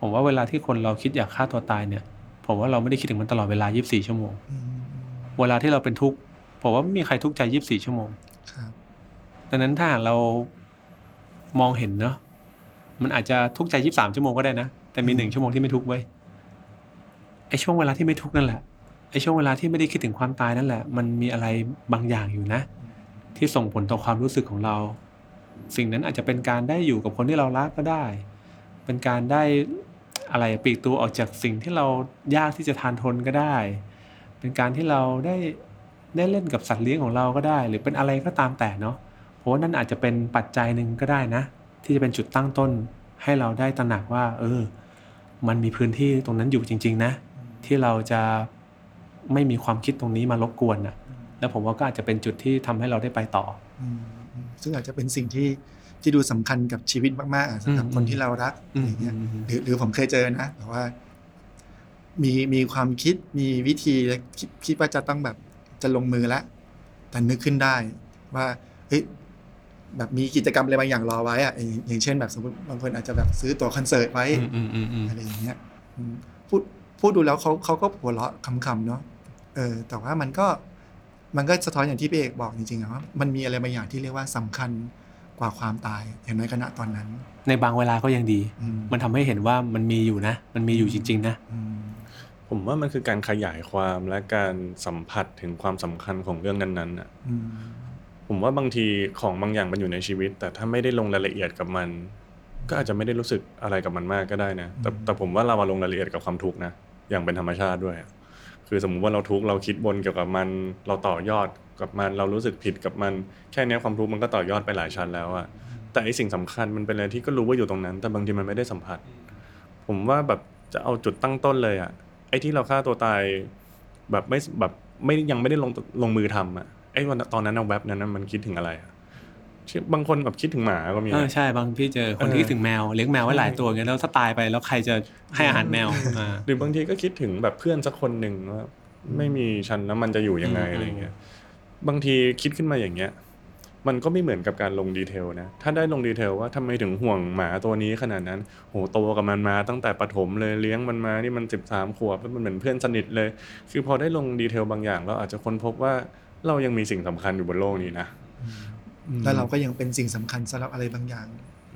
ผมว่าเวลาที่คนเราคิดอยากฆ่าตัวตายเนี่ยผมว่าเราไม่ได้คิดถึงมันตลอดเวลา24ชั่วโมงเวลาที่เราเป็นทุกข์ผมว่าไม่มีใครทุกข์ใจ24ชั่วโมงครับดังนั้นถ้าเรามองเห็นเนาะมันอาจจะทุกข์ใจ23ชั่วโมงก็ได้นะแต่มี1ชั่วโมงที่ไม่ทุกข์เว้ยไอ้ช่วงเวลาที่ไม่ทุกข์นั่นแหละไอ้ช่วงเวลาที่ไม่ได้คิดถึงความตายนั่นแหละมันมีอะไรบางอย่างอยู่นะที่ส่งผลต่อความรู้สึกของเราสิ่งนั้นอาจจะเป็นการได้อยู่กับคนที่เรารักก็ได้เป็นการได้อะไรปลีกตัวออกจากสิ่งที่เรายากที่จะทานทนก็ได้เป็นการที่เราได้เล่นกับสัตว์เลี้ยงของเราก็ได้หรือเป็นอะไรก็ตามแต่เนาะเพราะว่านั่นอาจจะเป็นปัจจัยหนึ่งก็ได้นะที่จะเป็นจุดตั้งต้นให้เราได้ตระหนักว่ามันมีพื้นที่ตรงนั้นอยู่จริงๆนะที่เราจะไม่มีความคิดตรงนี้มารบกวนน่ะแล้วผมว่าก็อาจจะเป็นจุดที่ทำให้เราได้ไปต่อซึ่งอาจจะเป็นสิ่งที่ดูสำคัญกับชีวิตมากๆสำหรับคนที่เรารักอย่างเงี้ยหรือผมเคยเจอนะแต่ว่ามีความคิดมีวิธีคิดว่าจะต้องแบบจะลงมือแล้วแต่นึกขึ้นได้ว่าเฮ้ยแบบมีกิจกรรมอะไรบางอย่างรอไว้อะอย่างเช่นแบบสมมติบางคนอาจจะแบบซื้อตั๋วคอนเสิร์ตไว้อะไรอย่างเงี้ยพูดดูแล้วเขาก็หัวเราะคำๆเนาะแต่ว่ามันก็สะท้อนอย่างที่พี่เอกบอกจริงๆว่ามันมีอะไรบางอย่างที่เรียกว่าสำคัญกว่าความตายอย่างน้อยขณะตอนนั้นในบางเวลาก็ยังดีมันทำให้เห็นว่ามันมีอยู่นะมันมีอยู่จริงๆนะผมว่ามันคือการขยายความและการสัมผัสถึงความสำคัญของเรื่องนั้นๆอ่ะผมว่าบางทีของบางอย่างมันอยู่ในชีวิตแต่ถ้าไม่ได้ลงรายละเอียดกับมันก็อาจจะไม่ได้รู้สึกอะไรกับมันมากก็ได้นะแต่ผมว่าเรามาลงรายละเอียดกับความทุกข์นะอย่างเป็นธรรมชาติด้วยคือสมมุติว่าเราทุกข์เราคิดวนเกี่ยวกับมันเราต่อยอดกับมันเรารู้สึกผิดกับมันแค่นี้ความทุกข์มันก็ต่อยอดไปหลายชั้นแล้วอะแต่ไอ้สิ่งสำคัญมันเป็นอะไรที่ก็รู้ว่าอยู่ตรงนั้นแต่บางทีมันไม่ได้สัมผัสผมว่าแบบจะเอาจุดตั้งต้นเลยอะไอ้ที่เราฆ่าตัวตายแบบไม่ยังไม่ได้ลงมือทำอะไอ้ตอนนั้นเอาแว็บนั้นมันคิดถึงอะไรอะบางคนแบบคิดถึงหมาก็มีใช่บางพี่เจอคนที่คิดถึงแมวเลี้ยงแมวไว้หลายตัวงั้นแล้วถ้าตายไปแล้วใครจะให้อาหารแมวหรือบางทีก็คิดถึงแบบเพื่อนสักคนนึงว่าไม่มีฉันแล้วมันจะอยู่ยังไงอะไรเงี้ยบางทีคิดขึ้นมาอย่างเงี้ยมันก็ไม่เหมือนกับการลงดีเทลนะถ้าได้ลงดีเทลว่าทำไมถึงห่วงหมาตัวนี้ขนาดนั้นโหโตกับมันมาตั้งแต่ประถมเลยเลี้ยงมันมานี่มัน13ขวบแล้วมันเหมือนเพื่อนสนิทเลยคือพอได้ลงดีเทลบางอย่างเราอาจจะค้นพบว่าเรายังมีสิ่งสำคัญอยู่บนโลกนี้นะแล้วเราก็ยังเป็นสิ่งสำคัญสำหรับอะไรบางอย่าง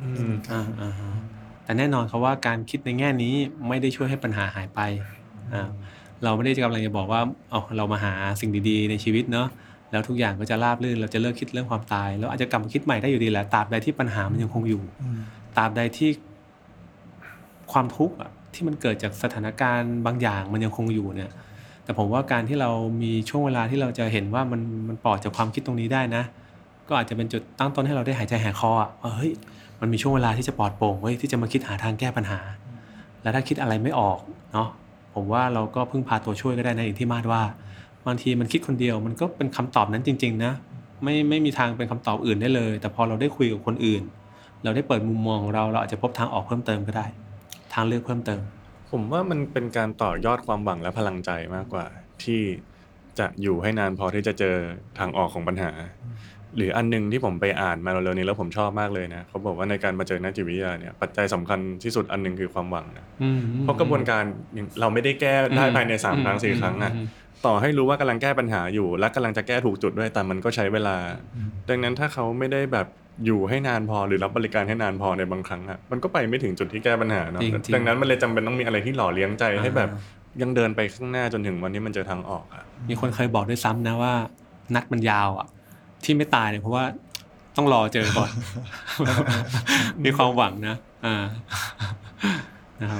แต่แน่นอนครับว่าการคิดในแง่นี้ไม่ได้ช่วยให้ปัญหาหายไปเราไม่ได้กำลังจะบอกว่าเรามาหาสิ่งดีๆในชีวิตเนาะแล้วทุกอย่างก็จะราบรื่นเราจะเลิกคิดเรื่องความตายแล้วอาจจะกลับมาคิดใหม่ได้อยู่ดีแหละตราบใดที่ปัญหามันยังคงอยู่ตราบใดที่ความทุกข์ที่มันเกิดจากสถานการณ์บางอย่างมันยังคงอยู่เนี่ยแต่ผมว่าการที่เรามีช่วงเวลาที่เราจะเห็นว่ามันปลอดจากความคิดตรงนี้ได้นะก็อาจจะเป็นจุดตั้งต้นให้เราได้หายใจหายคอว่าเฮ้ยมันมีช่วงเวลาที่จะปลอดโปร่งเว้ยที่จะมาคิดหาทางแก้ปัญหาแล้วถ้าคิดอะไรไม่ออกเนาะผมว่าเราก็พึ่งพาตัวช่วยก็ได้นะอย่างที่มาดว่าบางทีมันคิดคนเดียวมันก็เป็นคำตอบนั้นจริงๆนะไม่มีทางเป็นคำตอบอื่นได้เลยแต่พอเราได้คุยกับคนอื่นเราได้เปิดมุมมองของเราอาจจะพบทางออกเพิ่มเติมก็ได้ทางเลือกเพิ่มเติมผมว่ามันเป็นการต่อยอดความหวังและพลังใจมากกว่าที่จะอยู่ให้นานพอที่จะเจอทางออกของปัญหาหรืออันนึงที่ผมไปอ่านมาเร็วๆนี้แล้วผมชอบมากเลยนะเขาบอกว่าในการมาเจอนักจิตวิทยาเนี่ยปัจจัยสำคัญที่สุดอันนึงคือความหวังนะเพราะกระบวนการเราไม่ได้แก้ได้ภายใน3 ครั้ง 4 ครั้งต่อให้รู้ว่ากำลังแก้ปัญหาอยู่และกำลังจะแก้ถูกจุดด้วยแต่มันก็ใช้เวลาดังนั้นถ้าเขาไม่ได้แบบอยู่ให้นานพอหรือรับบริการให้นานพอในบางครั้งมันก็ไปไม่ถึงจุดที่แก้ปัญหาเนาะดังนั้นมันเลยจำเป็นต้องมีอะไรที่หล่อเลี้ยงใจให้แบบยังเดินไปข้างหน้าจนถึงวันนี้มันเจอทางออกมีคนเคยบอกด้วยซ้ำนะว่านัดมันยาวที่ไม่ตายเนี่ยเพราะว่าต้องรอเจอก่อน มีความหวังนะนะครับ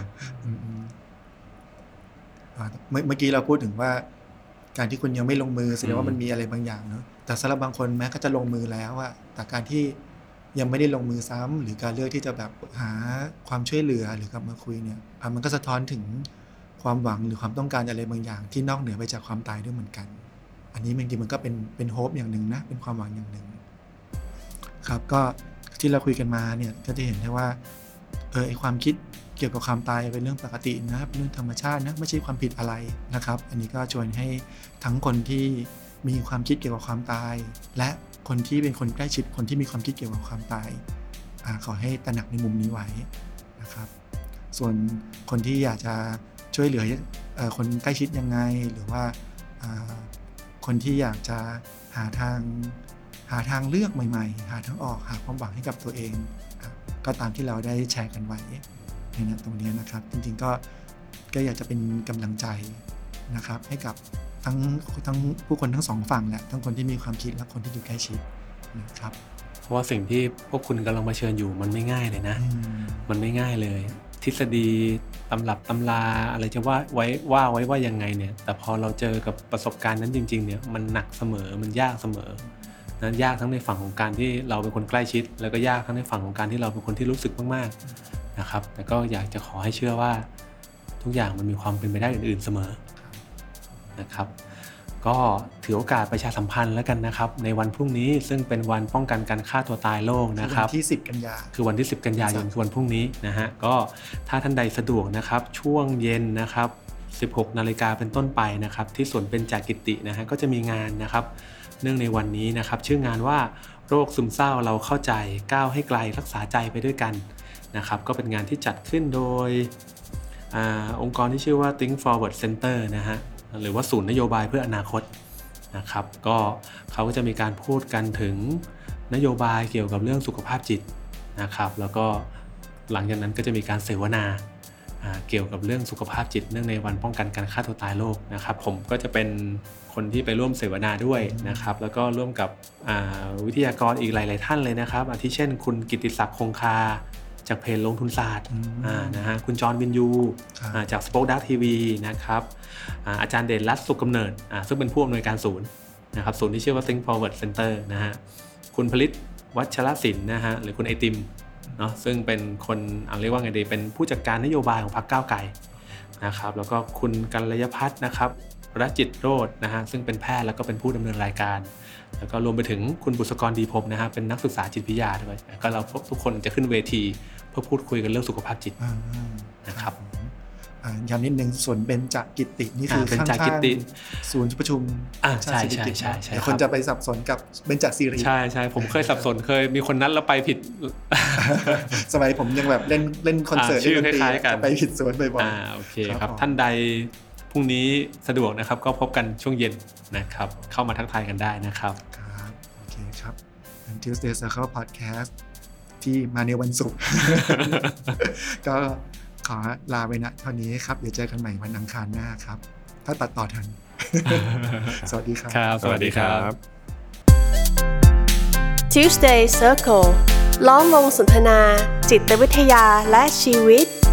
เมื่อกี้เราพูดถึงว่าการที่คุณยังไม่ลงมือแสดงว่ามันมีอะไรบางอย่างเนาะแต่สำหรับบางคนแม้ก็จะลงมือแล้วแต่การที่ยังไม่ได้ลงมือซ้ำหรือการเลือกที่จะแบบหาความช่วยเหลือหรือกลับมาคุยเนี่ยมันก็สะท้อนถึงความหวังหรือความต้องการอะไรบางอย่างที่นอกเหนือไปจากความตายด้วยเหมือนกันอันนี้บางทีมันก็เป็นโฮปอย่างหนึ่งนะเป็นความหวังอย่างหนึ่งครับก็ที่เราคุยกันมาเนี่ยก็จะเห็นได้ว่าไอ้ความคิดเกี่ยวกับความตายเป็นเรื่องปกตินะครับเรื่องธรรมชาตินะไม่ใช่ความผิดอะไรนะครับอันนี้ก็ชวนให้ทั้งคนที่มีความคิดเกี่ยวกับความตายและคนที่เป็นคนใกล้ชิดคนที่มีความคิดเกี่ยวกับความตายขอให้ตระหนักในมุมนี้ไว้นะครับส่วนคนที่อยากจะช่วยเหลือคนใกล้ชิดยังไงหรือว่าคนที่อยากจะหาทางเลือกใหม่ๆหาทางออกหาความหวังให้กับตัวเองก็ตามที่เราได้แชร์กันไว้ในตรงนี้นะครับจริงๆก็อยากจะเป็นกำลังใจนะครับให้กับทั้งผู้คนทั้งสองฝั่งแหละทั้งคนที่มีความคิดและคนที่อยู่ใกล้ชิดนะครับเพราะว่าสิ่งที่พวกคุณกำลังเผชิญอยู่มันไม่ง่ายเลยนะมันไม่ง่ายเลยทฤษฎีตำรับตำราอะไรจะว่าไว้ว่ายังไงเนี่ยแต่พอเราเจอกับประสบการณ์นั้นจริงๆเนี่ยมันหนักเสมอมันยากเสมอนั้นยากทั้งในฝั่งของการที่เราเป็นคนใกล้ชิดแล้วก็ยากทั้งในฝั่งของการที่เราเป็นคนที่รู้สึกมากๆนะครับแต่ก็อยากจะขอให้เชื่อว่าทุกอย่างมันมีความเป็นไปได้อื่นๆเสมอนะครับก็ถือโอกาสประชาสัมพันธ์แล้วกันนะครับในวันพรุ่งนี้ซึ่งเป็นวันป้องกันการฆ่าตัวตายโลกนะครับวันที่10กันยายนคือวันที่10กันยายนคือวันพรุ่งนี้นะฮะก็ถ้าท่านใดสะดวกนะครับช่วงเย็นนะครับ 16 นาฬิกาเป็นต้นไปนะครับที่สวนเบญจกิตินะฮะก็จะมีงานนะครับเนื่องในวันนี้นะครับชื่องานว่าโรคซึมเศร้าเราเข้าใจก้าวให้ไกลรักษาใจไปด้วยกันนะครับก็เป็นงานที่จัดขึ้นโดยองค์กรที่ชื่อว่า Think Forward Center นะฮะหรือว่าศูนย์นโยบายเพื่ออนาคตนะครับก็เขาก็จะมีการพูดกันถึงนโยบายเกี่ยวกับเรื่องสุขภาพจิตนะครับแล้วก็หลังจากนั้นก็จะมีการเสวนาเกี่ยวกับเรื่องสุขภาพจิตเนื่องในวันป้องกันการฆ่าตัวตายโลกนะครับผมก็จะเป็นคนที่ไปร่วมเสวนาด้วยนะครับแล้วก็ร่วมกับวิทยากรอีกหลายๆท่านเลยนะครับอาทิเช่นคุณกิตติศักดิ์คงคาจากเพจลงทุนศาสตร์นะฮะคุณจอห์นวินยูจาก Spoke Dark TV นะครับอาจารย์เด่นรัตน์สุขกำเนิดซึ่งเป็นผู้อำนวยการศูนย์นะครับศูนย์ที่ชื่อว่า Think Forward Center นะฮะคุณผลิตวัชรศิลป์นะฮะหรือคุณไอติมเนาะซึ่งเป็นคนเรียกว่าไงดีเป็นผู้จัดการนโยบายของพรรคก้าวไกลนะครับแล้วก็คุณกัลยพัฒน์นะครับรจิตโรจน์นะฮะซึ่งเป็นแพทย์แล้วก็เป็นผู้ดำเนินรายการแล้วก็รวมไปถึงคุณบุษกรดีพรหมนะฮะเป็นนักศึกษาจิตวิทยาด้วยก็เราพวกทุกคนจะขึ้นเวทีเพื่อพูดคุยกันเรื่องสุขภาพจิตนะครับย้ำนิดนึงส่วนเบญจกิตินี่คือข้างๆศูนย์ประชุมใช่ใช่ใช่ใช่คนจะไปสับสนกับเบญจศิริใช่ใช่ผมเคยสับสนเคยมีคนนั้นแล้วไปผิดสมัยผมยังแบบเล่นคอนเสิร์ตชื่อคล้ายๆกันไปผิดสวนบ่อยๆโอเคครับท่านใดพรุ่งนี้สะดวกนะครับก็พบกันช่วงเย็นนะครับเข้ามาทักทายกันได้นะครับครับโอเคครับ Tuesday Circle Podcast ที่มาในวันศุกร์ ก็ขอลาไปณเท่านี้ครับเดี๋ยวเจอกันใหม่วันอังคารหน้าครับถ้าตัดต่อทัน สวัสดีครับสวัสดีครับ Tuesday Circle ล้อมวงสนทนาจิตวิทยาและชีวิต